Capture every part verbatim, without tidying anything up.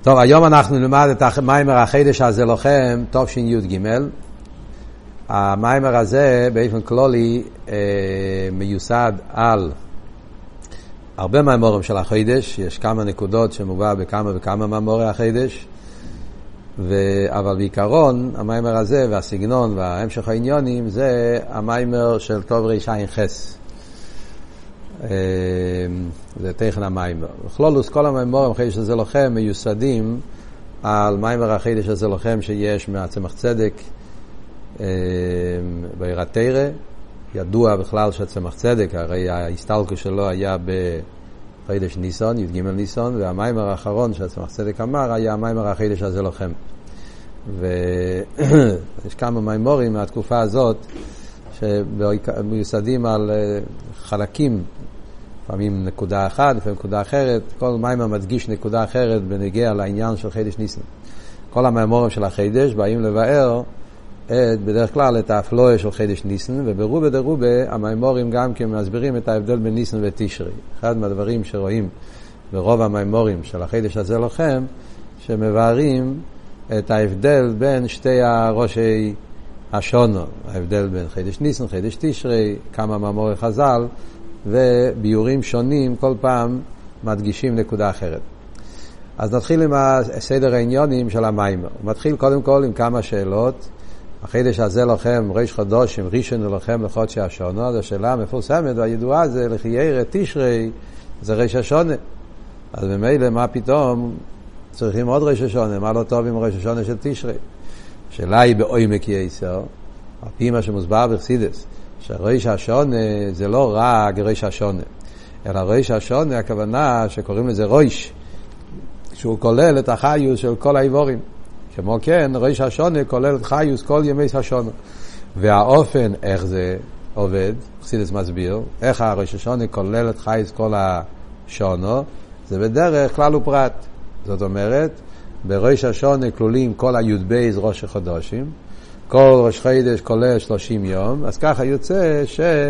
טוב, היום אנחנו נלמד את המיימר החידש הזה לכם, תש"ג. המיימר הזה באופן כללי אה, מיוסד על הרבה מאמרים של החידש. יש כמה נקודות שמובא בכמה וכמה מאמרי החידש, ו... אבל בעיקרון המיימר הזה והסגנון וההמשך העניונים זה המיימר של טוב ריש עין חס. זה תכן המיימר. בכלולוס כל המיימורים החידש הזה לכם מיוסדים על מיימר החידש הזה לכם שיש מהצמח צדק בעירת תירה. ידוע בכלל שהצמח צדק, הרי ההסתלקות שלו היה בחידש ניסון, י"ג ניסון, והמיימר האחרון שהצמח צדק אמר היה המיימר החידש הזה לכם. ויש כמה מיימורים מהתקופה הזאת שמיוסדים על חלקים, לפעמים נקודה אחת, לפעמים נקודה אחרת. כל מיימר מדגיש נקודה אחרת בנגיע לעניין של חידש ניסן. כל המיימורים של החידש באים לבאר את, בדרך כלל את האפלואה של חידש ניסן, וברובה דרובה המיימורים גם כן מסבירים את ההבדל בין ניסן ותשרי. אחד מהדברים שרואים ברוב המיימורים של החידש הזה לכם, שמבארים את ההבדל בין שתי הראשי השונו, ההבדל בין חידש ניסן, חידש תשרי, כמה מאמרי חז"ל, וביורים שונים כל פעם מדגישים נקודה אחרת. אז נתחיל עם הסדר העניונים של המיימר. מתחיל קודם כל עם כמה שאלות. החידש הזה לכם ריש חודשים ראשון לכם לחודשי השונו. אז השאלה המפורסמת והידועה זה לחיירא תשרי זה ריש השונה. אז ממילא מה פתאום צריכים עוד ריש השונה? מה לא טוב עם ריש השונה של תשרי? השאלה היא בעומק יסר, על פי מה שמוסבר בחסידות, שריש השונה זה לא רק ריש השונה, אלא ריש השונה הכוונה שקוראים לזה ריש, שהוא כולל את החיוס של כל האיבורים. כמו כן, ריש השונה כולל את חיוס כל ימי השונה. והאופן איך זה עובד, חסידות מסביר, איך הריש השונה כולל את חיוס כל השונה, זה בדרך כלל ופרט. זאת אומרת, בריש השונה כלולים כל הי"ב ראש חודשים, כל ראש חידש כולל שלושים יום, אז ככה יוצא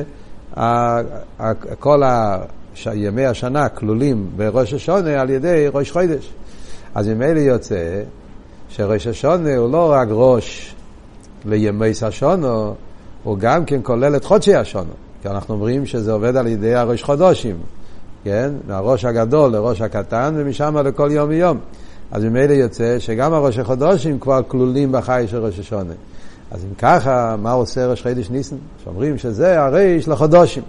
שכל ימי השנה כלולים בראש השונה על ידי ראש חידש. אז ממילא יוצא שראש השונה הוא לא רק ראש לימי השונה, הוא גם כן כולל את חודשי השונה, כי אנחנו אומרים שזה עובד על ידי הראש חודשים, כן? מהראש הגדול לראש הקטן ומשם לכל יום ויום. אז ממילא יוצא שגם הראש החודשים כבר כלולים בחי של ראש השונה. אז אם ככה, מה עושה ראש חידש ניסן? שאומרים שזה הריש לחודשים.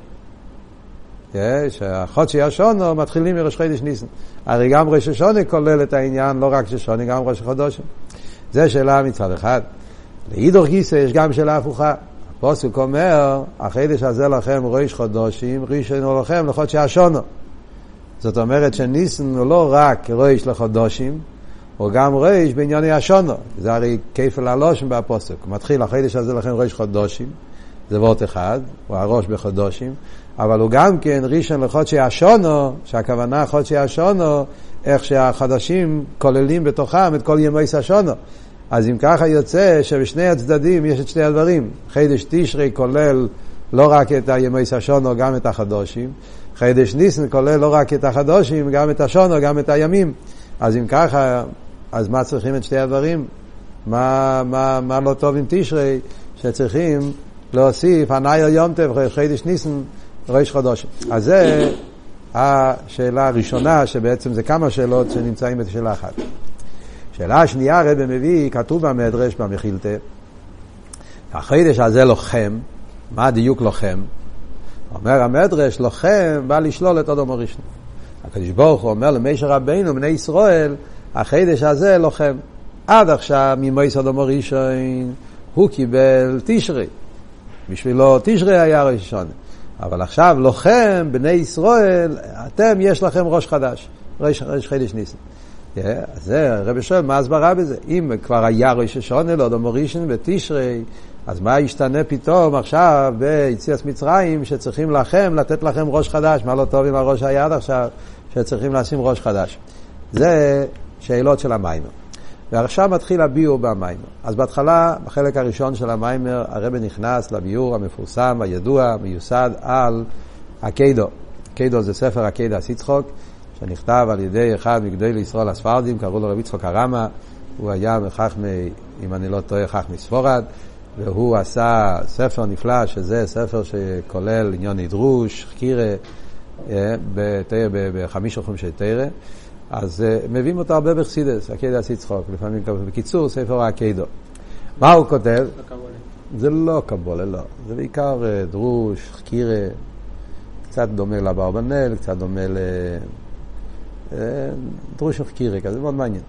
שהחודשי השונה מתחילים מראש חידש ניסן. הרי גם ראש השונה כולל את העניין, לא רק ששונה, גם ראש החודשים. זה שאלה מצד אחד. להידור גיסא יש גם שאלה הפוכה. הפוסק אומר, החידש הזה לכם ראש חודשים, ראשון לכם לחודשי השונה. זאת אומרת שניסן הוא לא רק ראש לחודשים, הוא גם ראש בענייני השונה. זה הרי כפל הלושן בפוסק. מתחיל החידש הזה לכם ראש חודשים, זה וורט אחד, הוא הראש בחודשים, אבל הוא גם כן ראשון לחודשי השונה, שהכוונה חודשי השונה, איך שהחודשים כוללים בתוכם את כל ימי השונה. אז אם ככה יוצא שבשני הצדדים יש את שני הדברים. חידש תשרי כולל לא רק את הימי השונה, גם את החודשים. חידש ניסן כולל לא רק את החודשים, גם את השונה, גם את הימים. אז אם ככה, אז מה צריכים את שתי הדברים? מה, מה, מה לא טוב עם תשרי? שצריכים להוסיף הנאי יום טוב, חידש ניסן, ראש חודשים. אז זה השאלה הראשונה, שבעצם זה כמה שאלות שנמצאים בשאלה אחת. שאלה השנייה הרב מביא, כתוב במדרש במחילתא, החידש הזה לוחם, מה הדיוק לוחם? אומר המדרש, לוחם בא לשלול את אדום הראשון. הקדוש ברוך הוא אומר למשה רבינו, בני ישראל, החידש הזה לוחם. עד עכשיו ממויס אדום הראשון הוא קיבל תשרי. בשבילו תשרי היה ראש השונה. אבל עכשיו לוחם, בני ישראל, אתם יש לכם ראש חדש. ראש, ראש חידש ניסן. Yeah, אז זה, הרב שואל, מה הסברה בזה? אם כבר היה ראש השונה לאדום הראשון בתשרי, אז מה ישתנה פתאום עכשיו ביציאת מצרים שצריכים לכם, לתת לכם ראש חדש? מה לא טוב עם הראש היה עד עכשיו שצריכים לשים ראש חדש? זה שאלות של המיימר. ועכשיו מתחיל הביור במיימר. אז בהתחלה, בחלק הראשון של המיימר, הרב נכנס לביור המפורסם, הידוע, מיוסד על הקיידו. קיידו זה ספר הקיידס יצחוק, שנכתב על ידי אחד מגדולי ישראל הספרדים, קראו לו רבי יצחק הרמה, הוא היה מחכמי, אם אני לא טועה, חכמי ספורד, והוא עשה ספר נפלא, שזה ספר שכולל עניון דרוש, חקירה, בחמישה חומשי תורה, אז מביאים אותו הרבה בחסידות, עקדה עשי צחוק, לפעמים בקיצור, ספר העקדו. מה הוא כותב? זה לא קבולה, לא. זה בעיקר דרוש, חקירה, קצת דומה לאברבנאל, קצת דומה ל... דרוש וחקירה, כזה מאוד מעניין.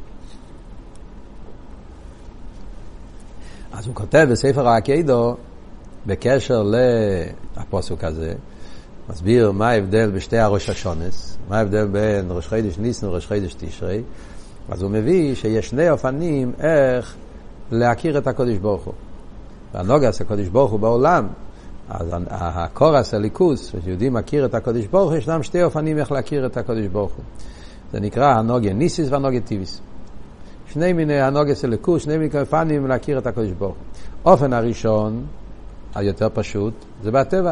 אז הוא כותב בספר העקדו, בקשר לפסוק הזה, מסביר מה ההבדל בשתי הראש השונס, מה ההבדל בין ראש חודש ניסן וראש חודש תשרי. אז הוא מביא שיש שני אופנים איך להכיר את הקודש ברוך הוא. והנוגס הקודש ברוך הוא בעולם, אז הקורס הליכוס, שיהודי מכיר את הקודש ברוך הוא, ישנם שתי אופנים איך להכיר את הקודש ברוך הוא. זה נקרא הנוגה ניסיס והנוגה טיביס. שני מיני הנוגס הליכוס, שני מיני אופנים להכיר את הקודש ברוך הוא. אופן הראשון, היותר פשוט, זה בטבע.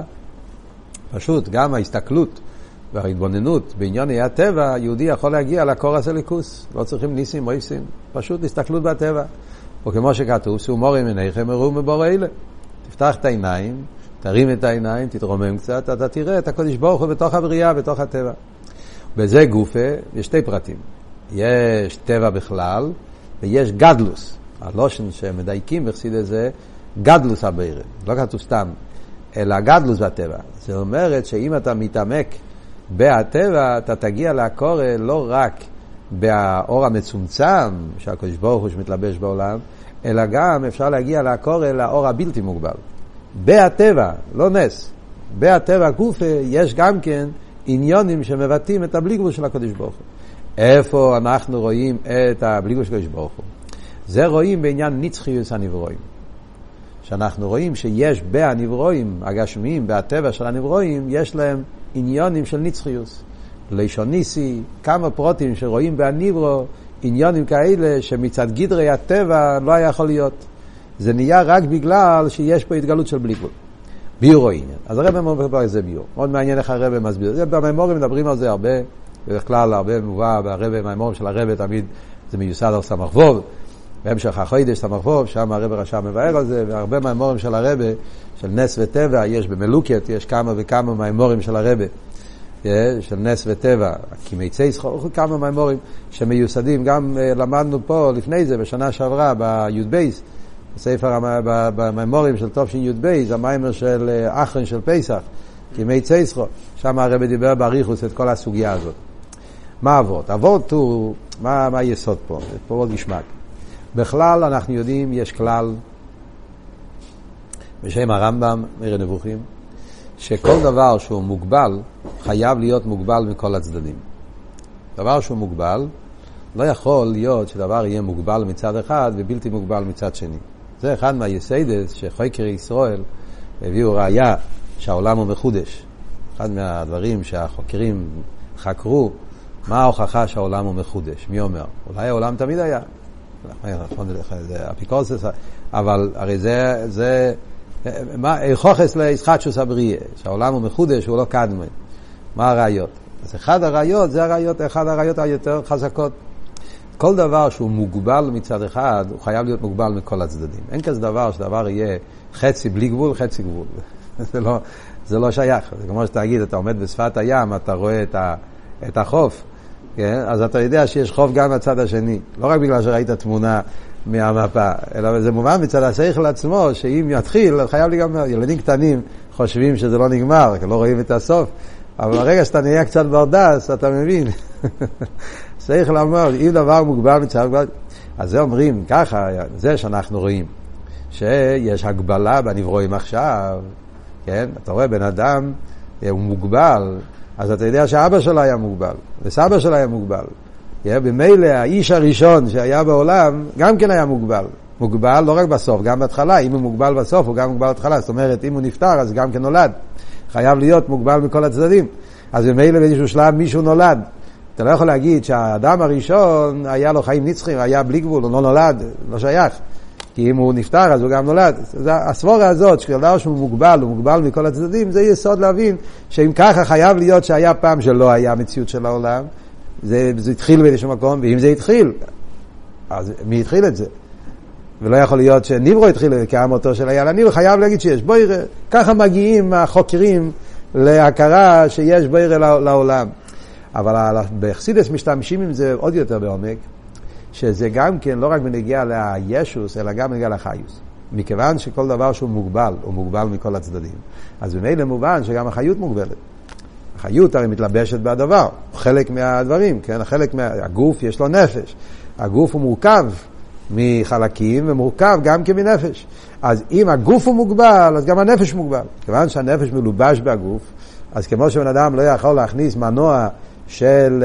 פשוט, גם ההסתכלות וההתבוננות בענייני הטבע, יהודי יכול להגיע לקורס הליכוס. לא צריכים ניסים או איסים, פשוט הסתכלות בטבע. או כמו שכתוב, שאומרים עיניכם וראו מבורא אלה. תפתח את העיניים, תרים את העיניים, תתרומם קצת, אתה תראה את הקודש ברוך הוא בתוך הבריאה, בתוך הטבע. בזה גופה, יש שתי פרטים. יש טבע בכלל, ויש גדלוס. הלושן שמדייקים בחסידות זה, גדלוס הבריאה. לא כתוב סתם, אלא גדלוס בטבע. זאת אומרת שאם אתה מתעמק בטבע, אתה תגיע לקורא לא רק באור המצומצם שהקדוש ברוך הוא שמתלבש בעולם, אלא גם אפשר להגיע לקורא לאור הבלתי מוגבל. בטבע, לא נס. בטבע גופה יש גם כן עניונים שמבטאים את הבלי גבול של הקדוש ברוך הוא. איפה אנחנו רואים את הבלי גבול של הקדוש ברוך הוא? זה רואים בעניין נצחיות הנברואים. שאנחנו רואים שיש בהנברואים הגשמיים, בטבע של הנברואים, יש להם עניונים של נצחיות. לישוניסי, כמה פרוטים שרואים בהנברו, עניונים כאלה שמצד גדרי הטבע לא היה יכול להיות. זה נהיה רק בגלל שיש פה התגלות של בלי גבול. ביור עניין. אז הרב אומר איזה ביור. מאוד מעניין איך הרב מסביר. במאמורים מדברים על זה הרבה, בדרך כלל הרבה מובא ברב, מהאמורים של הרב תמיד זה מיוסד על סמך ווב. בהמשך החודש סמך ווב, שם הרב רשם מבאר על זה, והרבה מהאמורים של הרב, של נס וטבע, יש במלוקת, יש כמה וכמה מהאמורים של הרב. של נס וטבע, כימי סחור, כמה מהאמורים שמיוסדים, גם למדנו פה לפני זה, בשנה שעברה, ביוד בייס, בספר המאמורים של טוב שיוד בייס, המאמר של אחרן של פסח, כימי סחור, שם הרב דיבר באריכוס את כל הסוגיה הזאת. מה עבוד? עבוד הוא, מה, מה היסוד פה? זה פה עוד גשמק. בכלל אנחנו יודעים, יש כלל, בשם הרמב"ם, מיר נבוכים, שכל דבר שהוא מוגבל, חייב להיות מוגבל מכל הצדדים. דבר שהוא מוגבל, לא יכול להיות שדבר יהיה מוגבל מצד אחד ובלתי מוגבל מצד שני. זה אחד מהיסיידס שחוקרי ישראל הביאו ראיה שהעולם הוא מחודש. אחד מהדברים שהחוקרים חקרו, מה ההוכחה שהעולם הוא מחודש? מי אומר? אולי העולם תמיד היה. זה אפיקורסס, אבל הרי זה... זה מה חוכס לישחטשוס הבריאה, שהעולם הוא מחודש, הוא לא קדמי. מה הראיות? אז אחד הראיות, זה הראיות, אחד הראיות היותר חזקות. כל דבר שהוא מוגבל מצד אחד, הוא חייב להיות מוגבל מכל הצדדים. אין כזה דבר שדבר יהיה חצי בלי גבול, חצי גבול. זה לא, זה לא שייך. זה כמו שתגיד, אתה עומד בשפת הים, אתה רואה את, ה, את החוף, כן? אז אתה יודע שיש חוף גם בצד השני. לא רק בגלל שראית תמונה מהמפה, אלא זה מובן מצד השכל עצמו, שאם יתחיל, חייב לי גם, ילדים קטנים חושבים שזה לא נגמר, כי לא רואים את הסוף, אבל ברגע שאתה נהיה קצת ברדס, אתה מבין. שכל אמר, אם דבר מוגבל מצד, אז זה אומרים ככה, זה שאנחנו רואים, שיש הגבלה בנברואים עכשיו, כן? אתה רואה בן אדם, הוא מוגבל, אז אתה יודע שאבא שלו היה מוגבל, וסבא שלו היה מוגבל. במילא האיש הראשון שהיה בעולם גם כן היה מוגבל. מוגבל לא רק בסוף, גם בהתחלה. אם הוא מוגבל בסוף, הוא גם מוגבל בהתחלה. זאת אומרת, אם הוא נפטר, אז גם כן נולד. חייב להיות מוגבל מכל הצדדים. אז במילא באיזשהו שלב מישהו נולד. אתה לא יכול להגיד שהאדם הראשון היה לו חיים נצחים, היה בלי גבול, הוא לא נולד, לא שייך. כי אם הוא נפטר, אז הוא גם נולד. הסבורה הזאת, שכדבר שהוא מוגבל, הוא מוגבל מכל הצדדים, זה יסוד להבין שאם ככה חייב להיות שהיה פעם שלא היה מציאות של העולם, זה, זה התחיל באיזשהו מקום, ואם זה התחיל, אז מי התחיל את זה? ולא יכול להיות שניברו התחיל כאמותו של אייל הניברו, חייב להגיד שיש בוירה. ככה מגיעים החוקרים להכרה שיש בוירה לעולם. אבל בחסידות משתמשים עם זה עוד יותר בעומק, שזה גם כן לא רק בנגיע לישוס, אלא גם בנגיע לחיוס. מכיוון שכל דבר שהוא מוגבל, הוא מוגבל מכל הצדדים. אז במילא מובן שגם החיות מוגבלת. החיות הרי מתלבשת בדבר, חלק מהדברים, כן? חלק מה... הגוף יש לו נפש. הגוף הוא מורכב מחלקים ומורכב גם כמנפש. אז אם הגוף הוא מוגבל, אז גם הנפש מוגבל. כיוון שהנפש מלובש בגוף, אז כמו שבן אדם לא יכול להכניס מנוע של,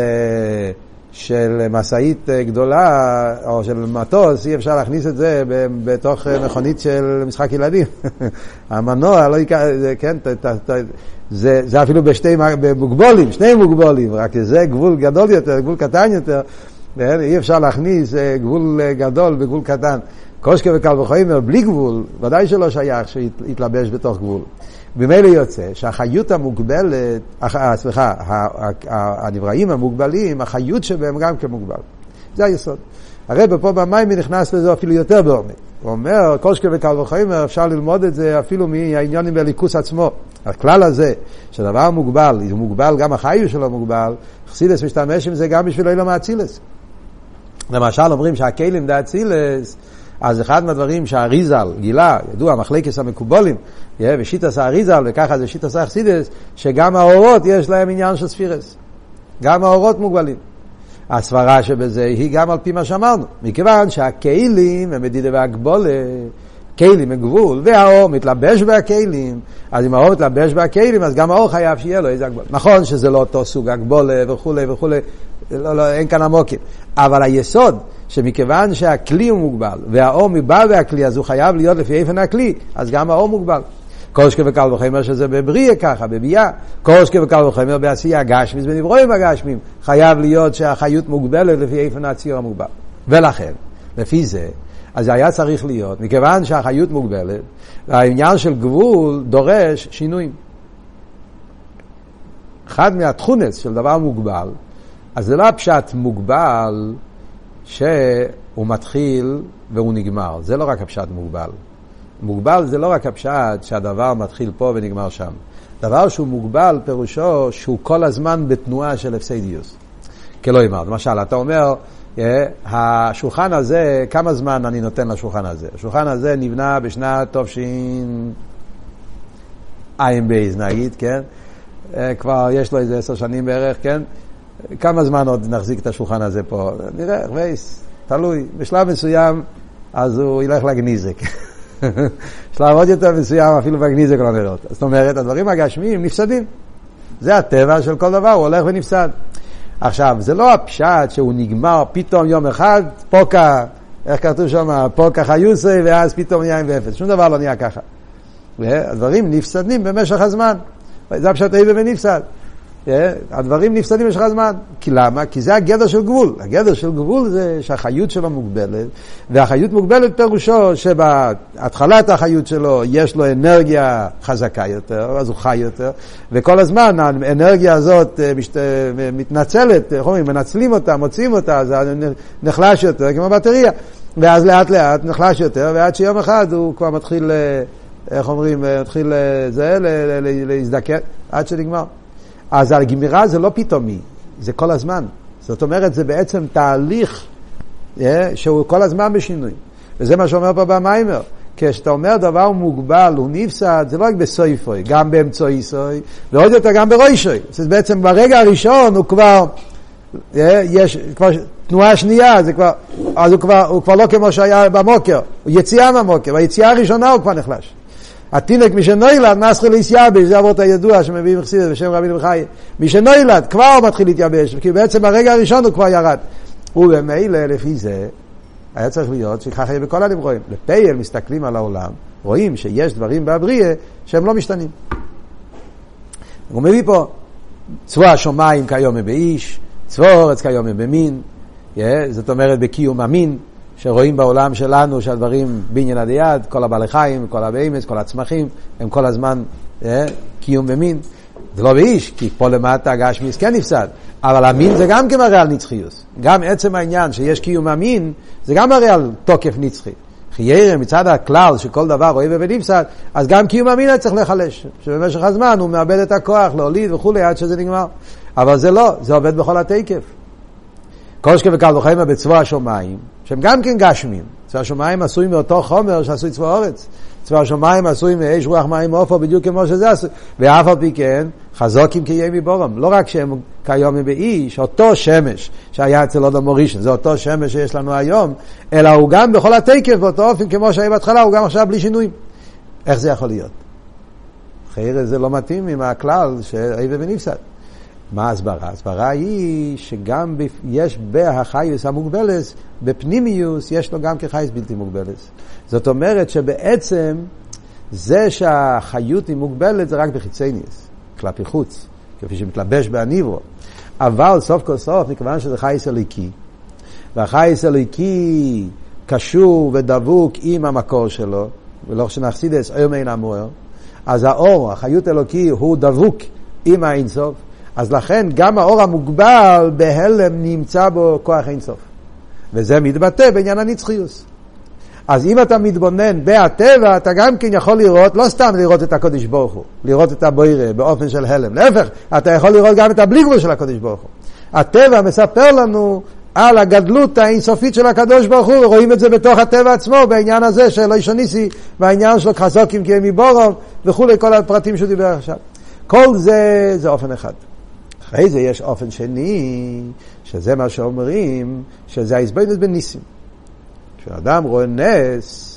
של מסעית גדולה או של מטוס, אי אפשר להכניס את זה בתוך מכונית של משחק ילדים. המנוע לא יקרה, כן, ת, ת, ת, זה, זה אפילו בשתי מוגבולים, שני מוגבולים, רק זה גבול גדול יותר, גבול קטן יותר, אי אפשר להכניס גבול גדול בגבול קטן. קושקה וקל וחומר בלי גבול, ודאי שלא שייך שיתלבש בתוך גבול. במילא יוצא שהחיות המוגבלת, סליחה, הנבראים המוגבלים, החיות שבהם גם כמוגבל. זה היסוד. הרב פה במים נכנס לזה אפילו יותר בעומק. הוא אומר, קושקה וקל וחומר, אפשר ללמוד את זה אפילו מהעניונים בליכוס עצמו. הכלל הזה, שדבר מוגבל, הוא מוגבל, גם החיות שלו מוגבל, חסידס משתמש עם זה גם בשביל אילו מאצילס. למשל אומרים שהכלים דה אצילס, אז אחד מהדברים שהאריזל גילה, ידוע, מחלקת המקובולים, ושיטס האריזל, וככה זה שיטס האחסידס, שגם האורות יש להם עניין של ספירס. גם האורות מוגבלים. הסברה שבזה היא גם על פי מה שאמרנו. מכיוון שהכלים הם מדידה והגבולה, כלים הם גבול, והאור מתלבש בהכלים, אז אם האור מתלבש בהכלים, אז גם האור חייב שיהיה לו איזה הגבולה. נכון שזה לא אותו סוג הגבולה וכו' וכו', לא, לא, אין כאן עמוקים. אבל היסוד, שמכיוון שהכלי הוא מוגבל, והאור מבא והכלי, אז הוא חייב להיות לפי איפן הכלי, אז גם האור מוגבל. קושקה וקל וחומר שזה בבריאה ככה, בביאה. קושקה וקל וחומר בעשייה הגשמית, בנברואים הגשמים, חייב להיות שהחיות מוגבלת לפי איפן הציור המוגבל. ולכן, לפי זה, אז זה היה צריך להיות, מכיוון שהחיות מוגבלת, העניין של גבול דורש שינויים. אחד מהתכונס של דבר מוגבל, אז זה לא הפשט מוגבל שהוא מתחיל והוא נגמר. זה לא רק הפשט מוגבל. מוגבל זה לא רק הפשט שהדבר מתחיל פה ונגמר שם. דבר שהוא מוגבל פירושו שהוא כל הזמן בתנועה של הפסדיוס. כלא אמר. למשל, אתה אומר, השולחן הזה, כמה זמן אני נותן לשולחן הזה? השולחן הזה נבנה בשנת תופשין עין בייז, נגיד, כן? כבר יש לו איזה עשר שנים בערך, כן? כמה זמן עוד נחזיק את השולחן הזה פה? נראה, וייס, תלוי. בשלב מסוים, אז הוא ילך לגניזק. שלב עוד יותר מסוים, אפילו בגניזק לא נראות. זאת אומרת, הדברים הגשמיים נפסדים. זה הטבע של כל דבר, הוא הולך ונפסד. עכשיו, זה לא הפשט שהוא נגמר פתאום יום אחד, פוקה, איך כתוב שם, פוקה חיוסי, ואז פתאום נהיה עם ואפס. שום דבר לא נהיה ככה. הדברים נפסדים במשך הזמן. זה הפשט איבה ונפסד. הדברים נפסדים במשך הזמן. כי למה? כי זה הגדר של גבול. הגדר של גבול זה שהחיות שלו מוגבלת, והחיות מוגבלת פירושו שבהתחלת החיות שלו יש לו אנרגיה חזקה יותר, אז הוא חי יותר, וכל הזמן האנרגיה הזאת מתנצלת, מנצלים אותה, מוצאים אותה, אז נחלש יותר כמו בטריה, ואז לאט לאט נחלש יותר, ועד שיום אחד הוא כבר מתחיל, איך אומרים, מתחיל זה, להזדקן, עד שנגמר. אז הגמירה זה לא פתאומי, זה כל הזמן. זאת אומרת, זה בעצם תהליך yeah, שהוא כל הזמן בשינוי. וזה מה שאומר פה במיימר. כשאתה אומר דבר מוגבל, הוא נפסד, זה לא רק בסויפוי, גם באמצעי סוי, ועוד יותר גם ברוישוי. זה בעצם ברגע הראשון הוא כבר, yeah, יש כבר תנועה שנייה, זה כבר, אז הוא כבר, הוא כבר לא כמו שהיה במוקר, הוא יציאה מהמוקר, והיציאה הראשונה הוא כבר נחלש. התינק משנוילד נסחי להסייבש, זה עבוד הידוע שמביאים מחסידת בשם רבינו בחיי. משנוילד כבר מתחיל להתייבש, כי בעצם ברגע הראשון הוא כבר ירד. ובמילא לפי זה היה צריך להיות שכך יהיה בכל הנברואים. לפייל מסתכלים על העולם, רואים שיש דברים בבריאה שהם לא משתנים. הוא מביא פה צבוע השומיים כיום באיש, צבוע אורץ כיום במין, זאת אומרת בקיום המין, שרואים בעולם שלנו שהדברים בעניין הדיד, כל הבעלי חיים, כל הבהמות, כל הצמחים, הם כל הזמן אה, קיום ומין. זה לא באיש, כי פה למטה הגשמיס כן נפסד. אבל המין זה גם כמראה על נצחיוס. גם עצם העניין שיש קיום המין, זה גם מראה על תוקף נצחי. חיירה מצד הכלל שכל דבר רואה ונפסד, אז גם קיום המין היה צריך לחלש. שבמשך הזמן הוא מאבד את הכוח, להוליד וכולי, עד שזה נגמר. אבל זה לא, זה עובד בכל התקף. כל שכב וקל וחיימה בצבוע השומיים, שהם גם כן גשמים. צבוע השומיים עשוי מאותו חומר שעשוי צבוע אורץ. צבוע השומיים עשוי מאש רוח מים אופו, בדיוק כמו שזה עשוי. ואף על פי כן, חזוקים כימי בורם. לא רק שהם כיום באיש, אותו שמש שהיה אצל עוד המורישן, זה אותו שמש שיש לנו היום, אלא הוא גם בכל התקף, באותו אופן כמו שהיה בהתחלה, הוא גם עכשיו בלי שינויים. איך זה יכול להיות? אחרי זה לא מתאים עם הכלל שאיבה ונפסד. מה הסברה? הסברה היא שגם יש בהחייס המוגבלס, בפנימיוס יש לו גם כחייס בלתי מוגבלס. זאת אומרת שבעצם זה שהחיות היא מוגבלת זה רק בחיצייניס, כלפי חוץ, כפי שמתלבש בעניבו. אבל סוף כל סוף, מכיוון שזה חייס אליקי, והחייס אליקי קשור ודבוק עם המקור שלו, ולא שנחסידס אור מן המואר, אז האור, החיות אלוקי, הוא דבוק עם האינסוף, אז לכן גם האור המוגבל בהלם נמצא בו כוח אינסוף. וזה מתבטא בעניין הנצחיוס. אז אם אתה מתבונן בהטבע, אתה גם כן יכול לראות, לא סתם לראות את הקודש ברוך הוא, לראות את הבוירה באופן של הלם. להפך, אתה יכול לראות גם את הבלי גבול של הקודש ברוך הוא. הטבע מספר לנו על הגדלות האינסופית של הקדוש ברוך הוא, רואים את זה בתוך הטבע עצמו, בעניין הזה של אישוניסי, בעניין של חזוקים כי הם מבורם, וכולי, כל הפרטים שהוא דיבר עכשיו. כל זה, זה אופן אחד. אחרי זה יש אופן שני, שזה מה שאומרים, שזה ההסבנות בניסים. כשאדם רואה נס,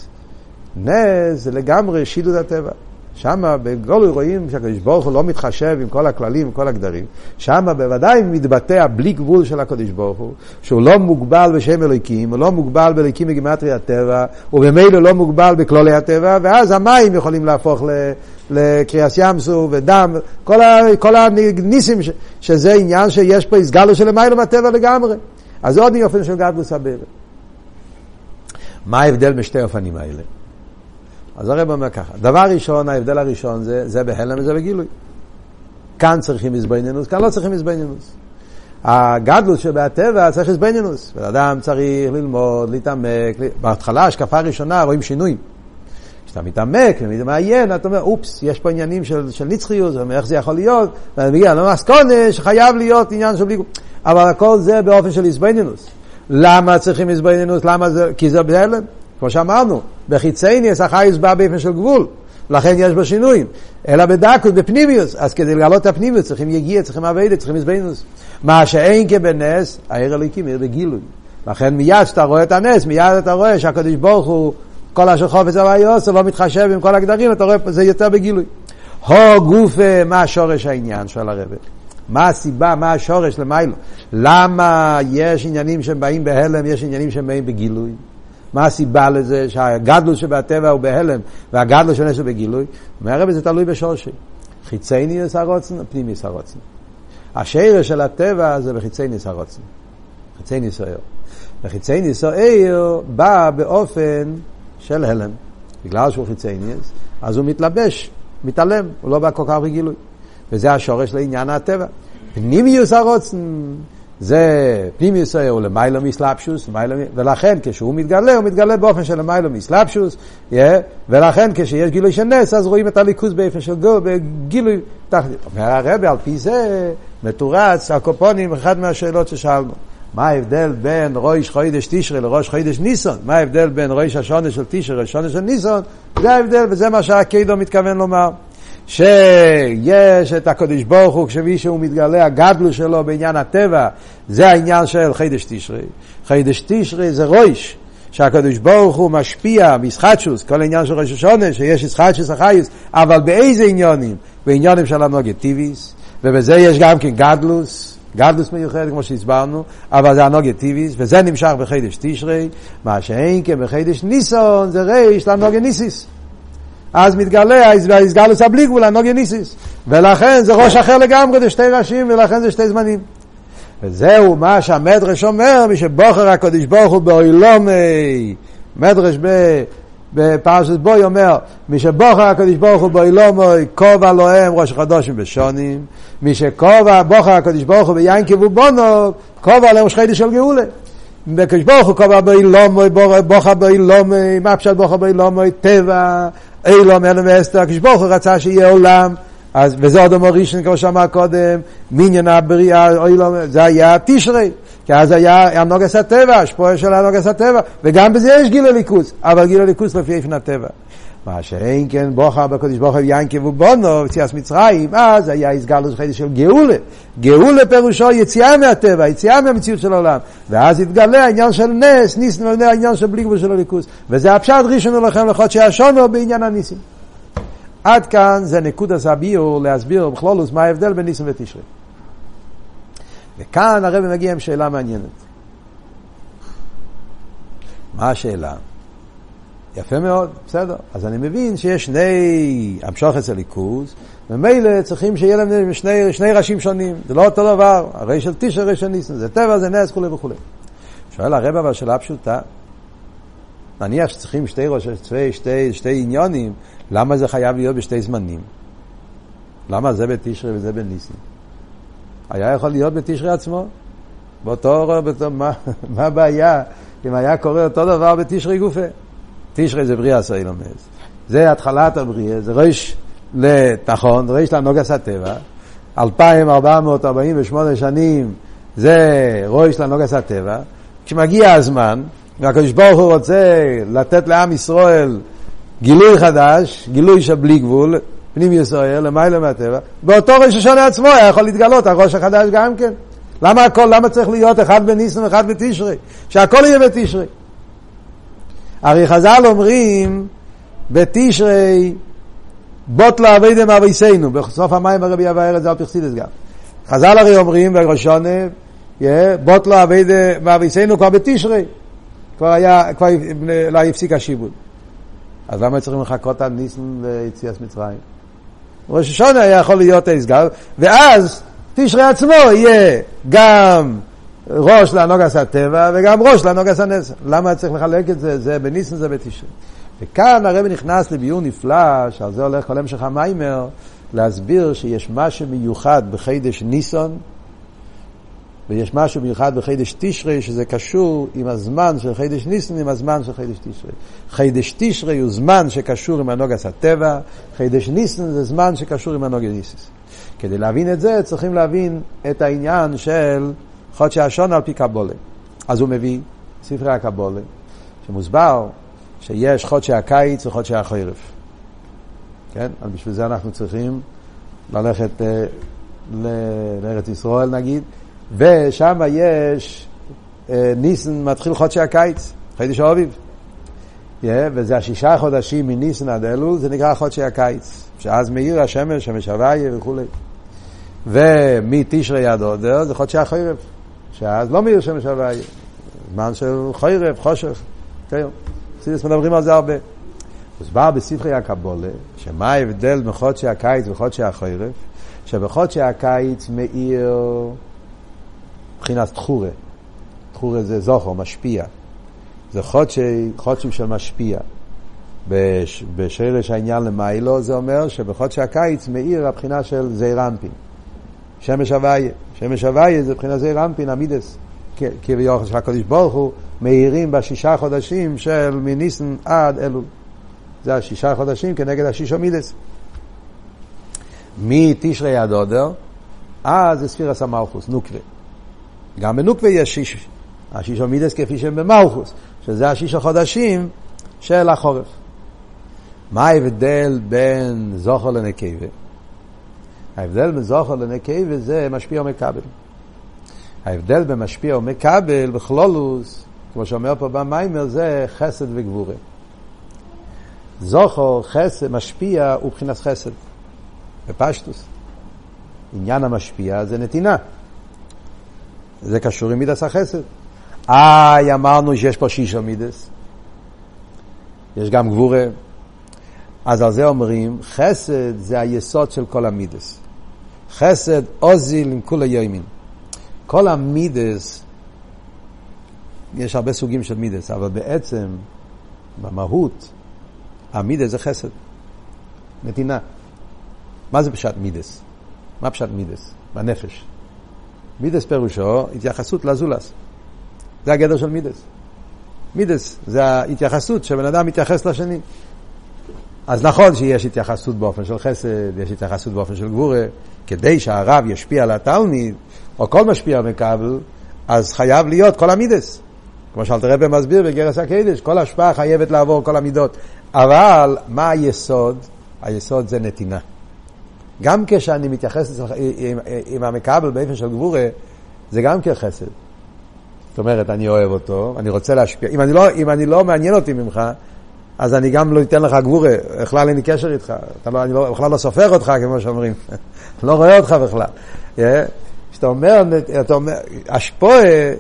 נס זה לגמרי שידוד הטבע. שמה בגולוי רואים שהקדוש ברוך הוא לא מתחשב עם כל הכללים, עם כל הגדרים. שמה בוודאי מתבטא הבלי גבול של הקדוש ברוך הוא, שהוא לא מוגבל בשם אלוקים, הוא לא מוגבל באלוקים בגימטריה הטבע, ובמילא לא מוגבל בכללי הטבע, ואז המים יכולים להפוך ל... לקריאס ימסו ודם, כל, ה, כל הניסים ש, שזה עניין שיש פה הסגלו של המיילו מהטבע לגמרי. אז זה עוד אופן של גדלוס הבאר. מה ההבדל בשתי אופנים האלה? אז הרב אומר ככה, דבר ראשון, ההבדל הראשון זה, זה בהלם וזה בגילוי. כאן צריכים הסבינינוס, כאן לא צריכים הסבינינוס. הגדלוס שבהטבע צריך הסבינינוס. ואדם צריך ללמוד, להתעמק, בהתחלה, השקפה הראשונה, רואים שינויים. אתה מתעמק ומתמעיין, אתה אומר, אופס, יש פה עניינים של, של נצחיות, איך זה יכול להיות? ואני מגיע, לא מסכונה, שחייב להיות עניין של בלי... אבל הכל זה באופן של הסבינינוס. למה צריכים הסבינינוס? למה זה? כי זה בהלם. כמו שאמרנו, בחיצייניס החייס בא באופן של גבול, לכן יש בו שינויים. אלא בדקות, בפנימיוס, אז כדי לגלות את הפנימיוס, צריכים יגיע, צריכים עבדת, צריכים הסבינינוס. מה שאין כבנס, העיר הליקים, עיר בגילוי. לכן מיד שאתה רואה את הנס, מיד אתה רואה שהקדוש ברוך הוא כל אשר חופץ הוויוס, לא מתחשב עם כל הגדרים, אתה רואה, זה יותר בגילוי. הו גוף, מה השורש העניין, שואל הרב? מה הסיבה, מה השורש למיילו? למה יש עניינים שבאים בהלם, יש עניינים שבאים בגילוי? מה הסיבה לזה שהגדלוס שבהטבע הוא בהלם, והגדלוס שנס הוא בגילוי? אומר הרב, זה תלוי בשורשי. חיצייניוס הרוצן, פנימיוס הרוצן. השרש של הטבע זה בחיצייניוס הרוצן. חיצייניוס העיר. וחיצייניוס העיר בא באופן של הלם, בגלל שהוא חיצייניוס, אז הוא מתלבש, מתעלם, הוא לא בא כל כך בגילוי. וזה השורש לעניין הטבע. פנימיוס הרוצן, זה פנימיוס הוא למיילו מסלאפשוס, ולכן כשהוא מתגלה, הוא מתגלה באופן של למיילו מסלאפשוס, ולכן כשיש גילוי של נס, אז רואים את הליכוז באופן של גילוי תחתית. אומר הרב, על פי זה מתורץ הקופונים, אחד מהשאלות ששאלנו. מה ההבדל בין ראש חודש תשרי לראש חודש ניסון? מה ההבדל בין ראש השונה של תשרי לשונה של ניסון? זה ההבדל, וזה מה שהקדו מתכוון לומר. שיש את הקדוש ברוך הוא, כשמישהו מתגלה הגדלו שלו בעניין הטבע, זה העניין של חודש תשרי. חודש תשרי זה ראש, שהקדוש ברוך הוא משפיע מסחטשוס, כל העניין של ראש השונה, שיש מסחטשוס החייס, אבל באיזה עניונים? בעניונים של הנוגטיביס, ובזה יש גם כן גדלוס, גדלוס מיוחד כמו שהסברנו, אבל זה הנוגטיביס, וזה נמשך בחודש תשרי, מה שאין כן בחודש ניסון, זה ריש לנוגניסיס. אז מתגלה, הסגלוס הבלי גבול, הנוגניסיס. ולכן זה ראש אחר לגמרי, זה שתי ראשים, ולכן זה שתי זמנים. וזהו מה שהמדרש אומר, מי שבוחר הקדוש ברוך הוא באילומי, מדרש בפרשת בוי אומר, מי שבוחר הקדוש ברוך הוא באילומוי, כובע להם ראש חדושים בשונים, מי שכובע, בוחר הקדוש ברוך הוא ביין כבובונו, כובע להם ראש חידש של גאולה. בקדוש ברוך הוא כובע באילומוי, בוחר באילומוי, מה פשט בוחר באילומוי? טבע, אילום, אלם ואסתר, הקדוש ברוך הוא רצה שיהיה עולם, אז וזה אדום הראשון כמו שאמר קודם, מניין הבריאה, זה היה תשרי, כי אז היה הנוגס הטבע, השפועה של הנוגס הטבע, וגם בזה יש גיל הליכוס, אבל גיל הליכוס לפי איפן הטבע. מה שאין כן בוחר בקדוש ברוך הוא יין כבובונו, יציאת מצרים, אז היה הסגלות חידש של גאולה. גאולה פירושו יציאה מהטבע, יציאה מהמציאות של העולם. ואז התגלה העניין של נס, ניס נבנה העניין של בלי גבול של הליכוס. וזה הפשט ראשון לכם לחודשי השונו בעניין הניסים. עד כאן זה נקודת הביאור להסביר בכלולוס מה ההבדל בין ניסים ותשרי. וכאן הרב מגיע עם שאלה מעניינת. מה השאלה? יפה מאוד, בסדר. אז אני מבין שיש שני המשוך אצל ליכוז, ומילא צריכים שיהיה להם שני, שני ראשים שונים. זה לא אותו דבר. הרי של תשרי, הרי של ניסים. זה טבע, זה נס, כולי וכולי. שואל הרב אבל שאלה פשוטה. נניח שצריכים שתי ראש, שתי, שתי, שתי עניונים, למה זה חייב להיות בשתי זמנים? למה זה בתשרי וזה בניסים? היה יכול להיות בתשרי עצמו? באותו, באותו, מה, מה הבעיה אם היה קורה אותו דבר בתשרי גופה? תשרי זה בריאה סוילומס. זה התחלת הבריאה, זה ראש לתחון, ראש לנוגס הטבע. אלפיים ארבע מאות ארבעים ושמונה שנים זה ראש לנוגס הטבע. כשמגיע הזמן, והקדוש ברוך הוא רוצה לתת לעם ישראל גילוי חדש, גילוי של בלי גבול, פנים ישראל, למעלה מהטבע, באותו ראש השנה עצמו היה יכול להתגלות, הראש החדש גם כן. למה הכל, למה צריך להיות אחד בניסים ואחד בתשרי? שהכל יהיה בתשרי. הרי חז"ל אומרים, בתשרי, בוט לא עבדם אביסנו, בסוף המים הרבי יבאר את זה על פרסידס גם. חז"ל הרי אומרים, בראשונה, בוט לא עבדם אביסנו כבר בתשרי. כבר היה, כבר לא יפסיק השיבוד. אז למה צריכים לחכות על ניסים ויציאת מצרים? ראש השנה היה יכול להיות הסגל, ואז תשרי עצמו יהיה גם ראש לנוגס הטבע וגם ראש לנוגס הנס. למה צריך לחלק את זה? זה בניסים, זה בתשרי. וכאן הרב נכנס לביור נפלא, שעל זה הולך כל המשך המיימר, להסביר שיש משהו מיוחד בחידש ניסון, ויש משהו מיוחד בחידש תשרי, שזה קשור עם הזמן של חידש ניסן, עם הזמן של חידש תשרי. חידש תשרי הוא זמן שקשור עם הנוגס הטבע, חידש ניסן זה זמן שקשור עם הנוגס ניסיס. כדי להבין את זה, צריכים להבין את העניין של חודשי השון על פי קבולה. אז הוא מביא ספרי הקבולה, שמוסבר שיש חודשי הקיץ וחודשי החורף. כן? אז בשביל זה אנחנו צריכים ללכת לארץ ישראל נגיד, ושם יש ניסן מתחיל חודשי הקיץ, חידש האביב, yeah, וזה השישה חודשים מניסן עד אלול, זה נקרא חודשי הקיץ, שאז מאיר השמש, שמש הוויה וכו'. ומתשרי עד אדר זה חודשי החורף, שאז לא מאיר שמש הוויה, זמן של חורף, חושך, כן, מדברים על זה הרבה. אז בא בספרי הקבולה, שמה ההבדל מחודשי הקיץ וחודשי החורף? שבחודשי הקיץ מאיר מבחינת תחורה. תחורה זה זוכר, משפיע. זה חודשי, חודשים של משפיע. בש, בשרש העניין למיילו זה אומר שבחודשי הקיץ מאיר הבחינה של זעיר אנפין. שמש הוויה. שמש הוויה זה בחינה זעיר אנפין, עמידס. כי ביוחד של הקדוש ברוך הוא מאירים בשישה חודשים של מניסן עד אלול. זה השישה חודשים כנגד השיש עמידס. מתשרי עד אדר, אז זה ספירס המלכוס, נוקווה. גם בנוקווה יש שיש, השיש עמידס כפי שהם במלכוס, שזה השיש החודשים של החורף. מה ההבדל בין זוכר לנקבה? ההבדל בין זוכר לנקבה זה משפיע ומקבל. ההבדל בין משפיע ומקבל בכלולוס, כמו שאומר פה במיימר, זה חסד וגבורה. זוכר, חסד, משפיע ובחינת חסד. בפשטוס. עניין המשפיע זה נתינה. זה קשור עם מידס החסד. איי, אמרנו שיש פה שיש מידס. יש גם גבורה. אז על זה אומרים, חסד זה היסוד של כל המידס. חסד עוזיל עם כל היומין. כל המידס, יש הרבה סוגים של מידס, אבל בעצם, במהות, המידס זה חסד. נתינה. מה זה פשט מידס? מה פשט מידס? בנפש. מידס פירושו התייחסות לזולס. זה הגדר של מידס. מידס זה ההתייחסות שבן אדם מתייחס לשני. אז נכון שיש התייחסות באופן של חסד, יש התייחסות באופן של גבורה, כדי שהרב ישפיע על התלמיד, או כל משפיע מקבל, אז חייב להיות כל המידס. כמו שאלת הרב מסביר בגרס הקדש, כל השפעה חייבת לעבור כל המידות. אבל מה היסוד? היסוד זה נתינה. גם כשאני מתייחס עם, עם המקבל באופן של גבורה, זה גם כחסד. זאת אומרת, אני אוהב אותו, אני רוצה להשפיע. אם אני לא, אם אני לא מעניין אותי ממך, אז אני גם לא אתן לך גבורה, בכלל אין לי קשר איתך, אתה לא, אני לא, בכלל לא סופר אותך, כמו שאומרים, לא רואה אותך בכלל. כשאתה אומר, אתה אומר, השפועה,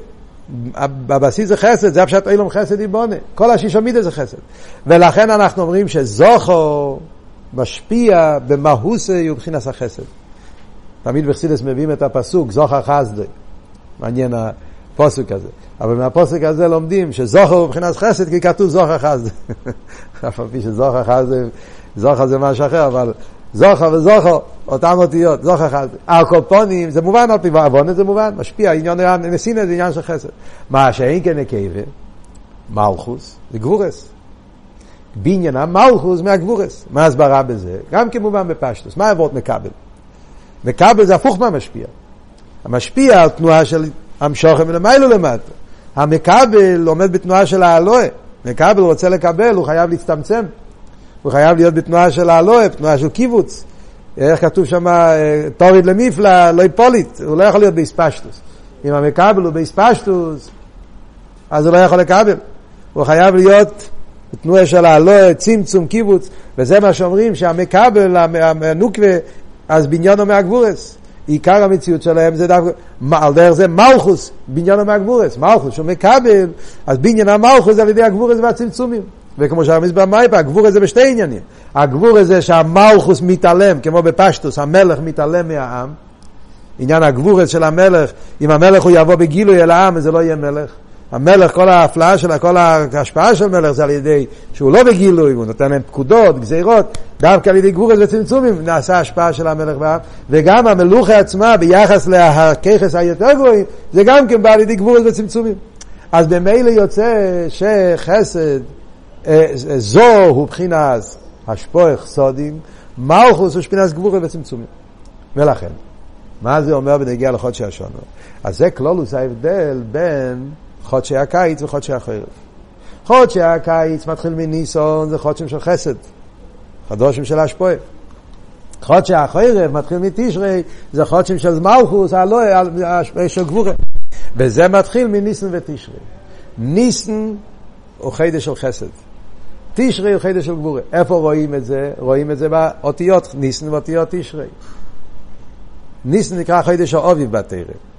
בבסיס זה חסד, זה הפשט אילום חסד יבונה, כל השישה מידה זה חסד. ולכן אנחנו אומרים שזוכו משפיע במהוסי ובחינס החסד. תמיד בחסידות מביאים את הפסוק, זוכר חסדי, מעניין הפסוק הזה. אבל מהפסוק הזה לומדים שזוכר הוא מבחינת חסד, כי כתוב זוכר חסד. אף על פי שזוכר חסד, זוכר זה משהו אחר, אבל זוכר וזוכר, אותם אותיות, זוכר חסד. הקופונים, זה מובן על פי ועוונה, זה מובן, משפיע, עניין נסינה זה עניין של חסד. מה שאין כנקבה, מלכוס, זה גבורס. בניין המלכוס מהגבורס. מה הסברה בזה? גם כמובן בפשטוס. מה עבוד מקבל? מקבל זה הפוך מהמשפיע. המשפיע על תנועה של המשוכם ולמיילו למטה. המקבל עומד בתנועה של האלוה. מקבל רוצה לקבל, הוא חייב להצטמצם. הוא חייב להיות בתנועה של האלוה, בתנועה של קיבוץ. איך כתוב שם, תוריד למיפלה, לא יפולית. הוא לא יכול להיות בהספשטוס. אם המקבל הוא בהספשטוס, אז הוא לא יכול לקבל. הוא חייב להיות בתנועה של האלוה, צמצום, קיבוץ. וזה מה שאומרים, שהמקבל, הנוקווה, אז בניינו מהגבורס. עיקר המציאות שלהם זה דווקא, על דרך זה מלכוס, בניינו מהגבורס. מלכוס, שהוא מקבל, אז בניין המלכוס זה על ידי הגבורס והצמצומים. וכמו שהמסבר מייפה, הגבורס זה בשתי עניינים. הגבורס זה שהמלכוס מתעלם, כמו בפשטוס, המלך מתעלם מהעם. עניין הגבורס של המלך, אם המלך הוא יבוא בגילוי אל העם, זה לא יהיה מלך. המלך, כל ההפלאה שלה, כל ההשפעה של מלך זה על ידי שהוא לא בגילוי, הוא נותן להם פקודות, גזירות, דווקא על ידי גבורס וצמצומים נעשה השפעה של המלך בעם, וגם המלוכה עצמה ביחס להכיחס היותר גבוהים, זה גם כן בא על ידי גבורס וצמצומים. אז במילא יוצא שחסד, זו הוא בחינת השפוח סודים, מלכוס הוא בחינת גבורס וצמצומים. ולכן, מה זה אומר בנגיע לחודשי השונות? אז זה כלולוס ההבדל בין חודשי הקיץ וחודשי החורף. חודשי הקיץ מתחיל מניסון, זה חודשים של חסד, חודשים של השפועה. חודשי החורף מתחיל מתשרי, זה חודשים של מלכוס, השפועה של גבורה. וזה מתחיל מניסן ותשרי. ניסן הוא חידש של חסד. תשרי הוא חידש של גבורה. איפה רואים את זה? רואים את זה באותיות ניסן ואותיות תשרי. ניסן נקרא חידש של אביב בתורה.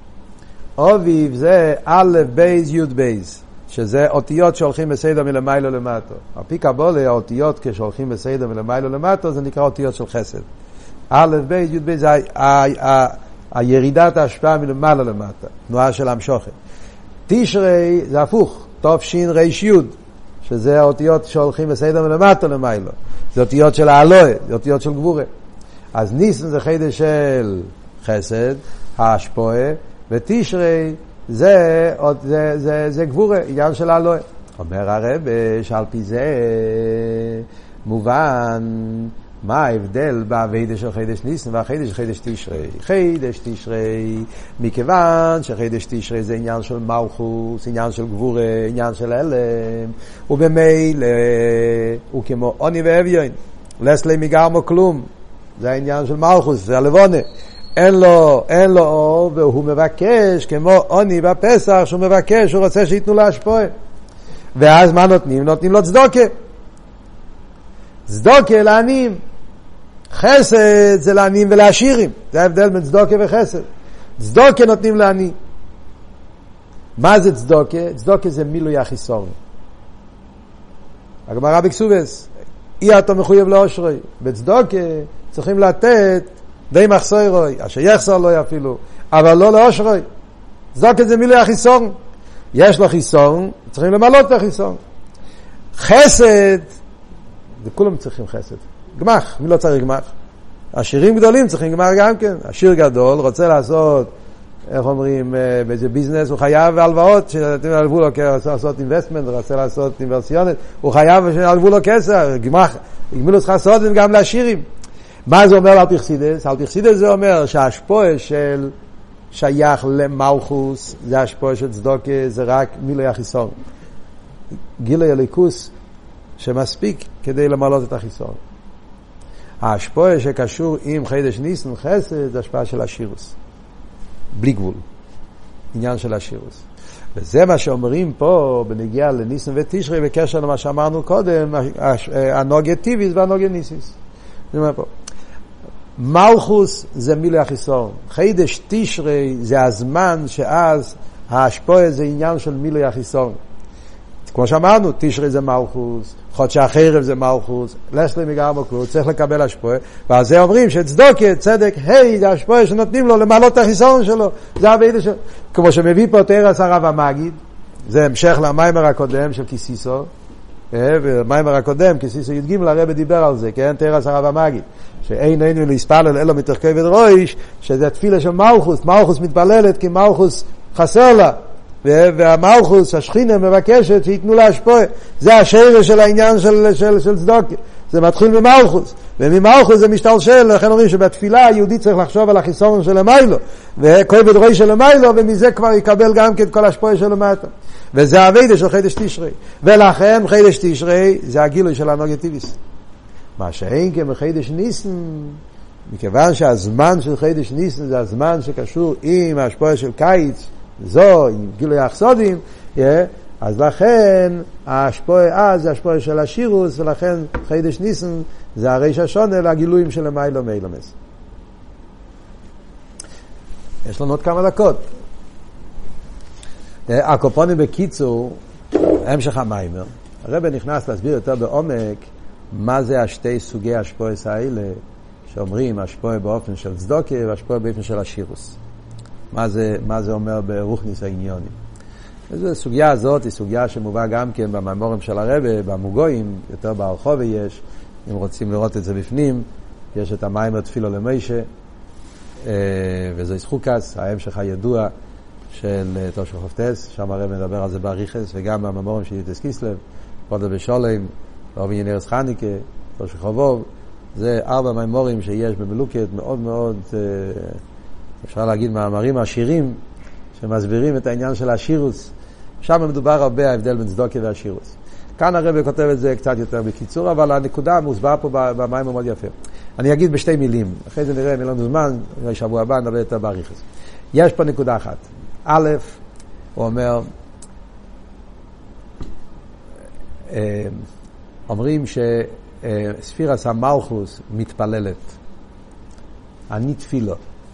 אביב זה א' בייז י' בייז, שזה אותיות שהולכים בסדר מלמיילו למטו. על פי קבלה, האותיות כשהולכים בסדר מלמיילו למטו, זה נקרא אותיות של חסד. א' בייז י' בייז זה הירידת ההשפעה מלמעלה למטה, תנועה של המשוכן. תשרי זה הפוך, תוף שין ריש י', שזה האותיות שהולכים בסדר מלמטו למיילו. זה אותיות של האלוה, זה אותיות של גבורה. אז ניסן זה חידש של חסד, ההשפועה, ותשרי זה, זה, זה, זה גבורה, עניין של האלוה. אומר הרב שעל פי זה מובן מה ההבדל בעבודה של חידש ניסן והחידש של חידש תשרי. חידש תשרי, מכיוון שחידש תשרי זה עניין של מלכוס, עניין של גבורה, עניין של אלם, ובמילא הוא כמו עוני ואביון, לסלי מגרמו כלום, זה העניין של מלכוס, זה הלבונה. אין לו, אין לו אור, והוא מבקש, כמו עוני בפסח, שהוא מבקש, הוא רוצה שיתנו לו השפועה. ואז מה נותנים? נותנים לו צדוקה. צדוקה לעניים. חסד זה לעניים ולעשירים. זה ההבדל בין צדוקה וחסד. צדוקה נותנים לעניים. מה זה צדוקה? צדוקה זה מילוי החיסרון. הגמרא בכסובס, אי אתה מחויב לאושרוי. בצדוקה צריכים לתת די מחסוי רוי, אשר יחסר לו אפילו, אבל לא לאושרוי. צדוקה זה מילוי החיסרון. יש לו חיסרון, צריכים למלות את החיסרון. חסד כולם צריכים חסד. גמח, מי לא צריך גמח? עשירים גדולים צריכים גמח גם כן. עשיר גדול רוצה לעשות, איך אומרים, באיזה ביזנס, הוא חייב הלוואות, שאתם הלוו לו, רוצה לעשות אינבסטמנט, רוצה לעשות אינברסיונת, הוא חייב שהלוו לו כסר, גמח, גמילו צריך לעשות גם לעשירים. מה זה אומר על פרסידס? על פרסידס זה אומר שההשפועה של שייך למלכוס, זה ההשפועה של צדוקה, זה רק מילוי החיסון. גילוי הליכוס שמספיק כדי למלות את החיסון. ההשפועה שקשור עם חידש ניסן חסד, זה השפעה של השירוס. בלי גבול. עניין של השירוס. וזה מה שאומרים פה בנגיעה לניסן ותשרי, בקשר למה שאמרנו קודם, הנוגיה טיביס והנוגיה ניסיס. אני אומר פה. מלכוס זה מילוי החיסון. חידש תשרי זה הזמן שאז ההשפועה זה עניין של מילוי החיסון. כמו שאמרנו, תשרי זה מלכוס, חודשי החרב זה מלכוס, לסלי מגרמו כלום, צריך לקבל השפועה. ועל זה אומרים שצדוקה, צדק, היי, זה השפועה שנותנים לו למעלות את החיסון שלו. זה הבידה שלו. כמו שמביא פה תרס הרב המגיד, זה המשך למיימר הקודם של כיסיסו, במיימר הקודם, כיסיסו י"ג, הרב דיבר על זה, כן? תרס הרב המגיד. שאין אין להספלל אלו מתוך כבד ראש, שזה תפילה של מלכוס, מלכוס מתפללת כי מלכוס חסר לה, והמלכוס, השכינה מבקשת שיתנו לה השפועה. זה השאלה של העניין של, של, של צדוקה. זה מתחיל ממלכוס, וממלכוס זה משתלשל, לכן אומרים שבתפילה היהודי צריך לחשוב על החיסון של המיילו, וכבד ראש של המיילו, ומזה כבר יקבל גם כן כל השפועה של המטה. וזה הווידה של חידש תשרי. ולכן חידש תשרי זה הגילוי של הנוגיה טיביס. מה שאין כמחידש ניסן, מכיוון שהזמן של חידש ניסן זה הזמן שקשור עם ההשפועה של קיץ, זו, עם גילוי האחסודים, אז לכן ההשפועה אז זה ההשפועה של השירוס, ולכן חידש ניסן זה הריש השונה לגילויים של המיילו מיילומס. יש לנו עוד כמה דקות. הקופונים בקיצור, המשך המיימר. הרב נכנס להסביר יותר בעומק מה זה השתי סוגי השפועות האלה שאומרים השפועה באופן של צדוקה והשפועה באופן של השירוס. מה זה, מה זה אומר ברוחניס העניונים. וזו הסוגיה הזאת היא סוגיה שמובא גם כן במאמרים של הרב, במוגויים, יותר בהרחוב יש, אם רוצים לראות את זה בפנים, יש את המיימר תפילו למיישה, וזו ישחוקס, ההמשך הידוע של תושע חופטס, שם הרב מדבר על זה באריכס, וגם במאמרים של יוטס קיסלב, פודו בשולם, רבי ינרס חניקה, תושע חובוב, זה ארבע מאמרים שיש במלוקת מאוד מאוד, אפשר להגיד מאמרים עשירים, שמסבירים את העניין של השירוס. שם מדובר הרבה ההבדל בין צדוקה והשירוס. כאן הרב כותב את זה קצת יותר בקיצור, אבל הנקודה מוסבר פה במים מאוד יפה. אני אגיד בשתי מילים, אחרי זה נראה, אין לנו זמן, שבוע הבא נדבר יותר באריכות. יש פה נקודה אחת. א', הוא אומר, אומרים שספירס המלכוס מתפללת. אני תפילו.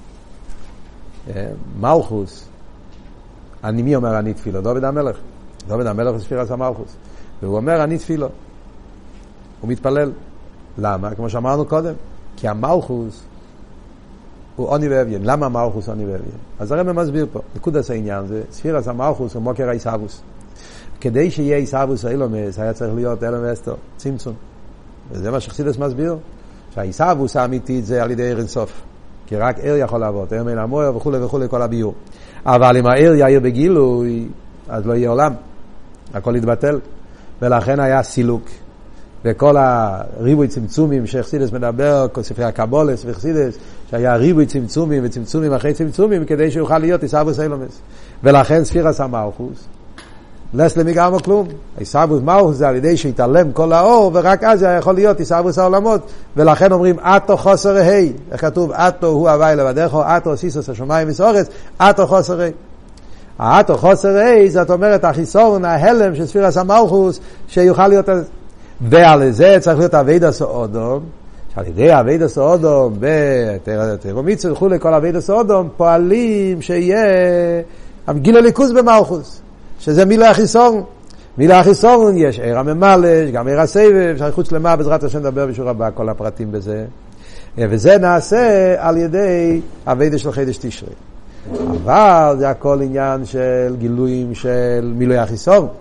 מלכוס, אני מי אומר אני תפילו? דוד המלך. דוד המלך ספירס המלכוס. והוא אומר אני תפילו. הוא מתפלל. למה? כמו שאמרנו קודם. כי המלכוס הוא עוני ואביין. למה המלכוס עוני ואביין? אז הרב מסביר פה. נקודת העניין זה, ספירס המלכוס הוא מוקר האיסאבוס. כדי שיהיה איסאבוס האילומס, היה צריך להיות אלם ואסתר. צמצום. וזה מה שחסידס מסביר. שהאיסאבוס האמיתית זה על ידי עיר אינסוף. כי רק עיר יכול לעבוד, עיר מן המויר וכו' וכו' כל הביור. אבל אם העיר יאיר בגילוי, אז לא יהיה עולם. הכל יתבטל. ולכן היה סילוק. וכל הריבוי צמצומים שחסידס מדבר, כל ספרי הקבולס וחסידס, שהיה ריבוי צמצומים וצמצומים אחרי צמצומים, כדי שיוכל להיות איסאבוס אילומס. ולכן ספירס המלכוס, לס למגרמו כלום. איסאבוס מלכוס זה על ידי שהתעלם כל האור, ורק אז היה יכול להיות איסאבוס העולמות. ולכן אומרים, אתו חוסר היי. איך כתוב, אתו הוא הווי לבדךו, אתו סיסוס השמיים וסורץ, אתו חוסר היי. האתו חוסר היי, זאת אומרת, החיסורן, ההלם של ספירס המלכוס, שיוכל להיות... ועל זה צריך להיות אביידס אודום, שעל ידי אביידס אודום, בתירומיצה וכו' כל אביידס אודום, פועלים שיהיה גיל הליכוז במלכוס. שזה מילה החיסורן. מילה החיסורן יש עיר הממלש, גם עיר הסבב, שחוץ למה בעזרת השם נדבר בשור הבא כל הפרטים בזה. וזה נעשה על ידי הווידה של חידש תשרי. אבל זה הכל עניין של גילויים של מילוי החיסורן.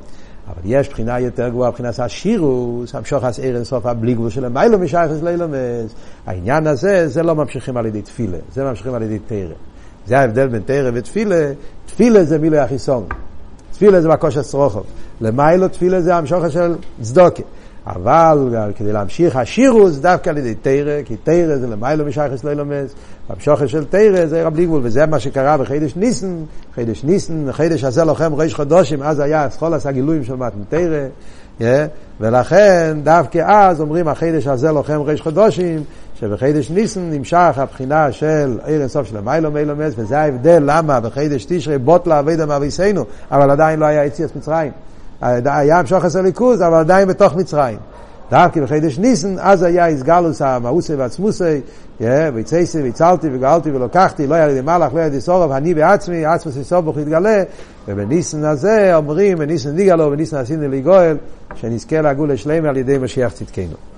אבל יש בחינה יותר גבוהה, בחינת השירוס, המשוך עיר אינסוף בלי גבול של המיילו משייכס לאילומס. העניין הזה, זה לא ממשיכים על ידי תפילה, זה ממשיכים על ידי תורה. זה ההבדל בין תורה ותפילה. תפילה זה מילוי החיסון. תפילה זה בקושי צרוכות. למיילו תפילה זה המשוך של צדוקה. אבל כדי להמשיך השירוס דווקא על ידי תורה, כי תורה זה למיילו משייכס לאילומס, המשוך של תורה זה בלי גבול, וזה מה שקרה בחידש ניסן. חידש ניסן, חידש הזה לוחם ראש חודשים, אז היה סחולס הגילויים של מתן תורה, yeah, ולכן דווקא אז אומרים החידש הזה לוחם ראש חודשים, שבחידש ניסן נמשך הבחינה של עיר אינסוף של המיילו מאילומס, וזה ההבדל למה בחידש תשרי בוטלה עבודה מאביסנו, אבל עדיין לא היה יציאת מצרים. היה המשוך עשר ליכוז, אבל עדיין בתוך מצרים. דווקא בחידש ניסן, אז היה הסגלוס המאוסי והצמוסי, ויצייסי ויצלתי וגאלתי ולוקחתי, לא היה לידי מלאך, לא היה לידי סורב, אני בעצמי, עצמי סורבוך יתגלה, ובניסן הזה אומרים, בניסן ניגלו, בניסן עשינו לי גואל, שנזכה לגאולה שלמה על ידי משיח צדקנו.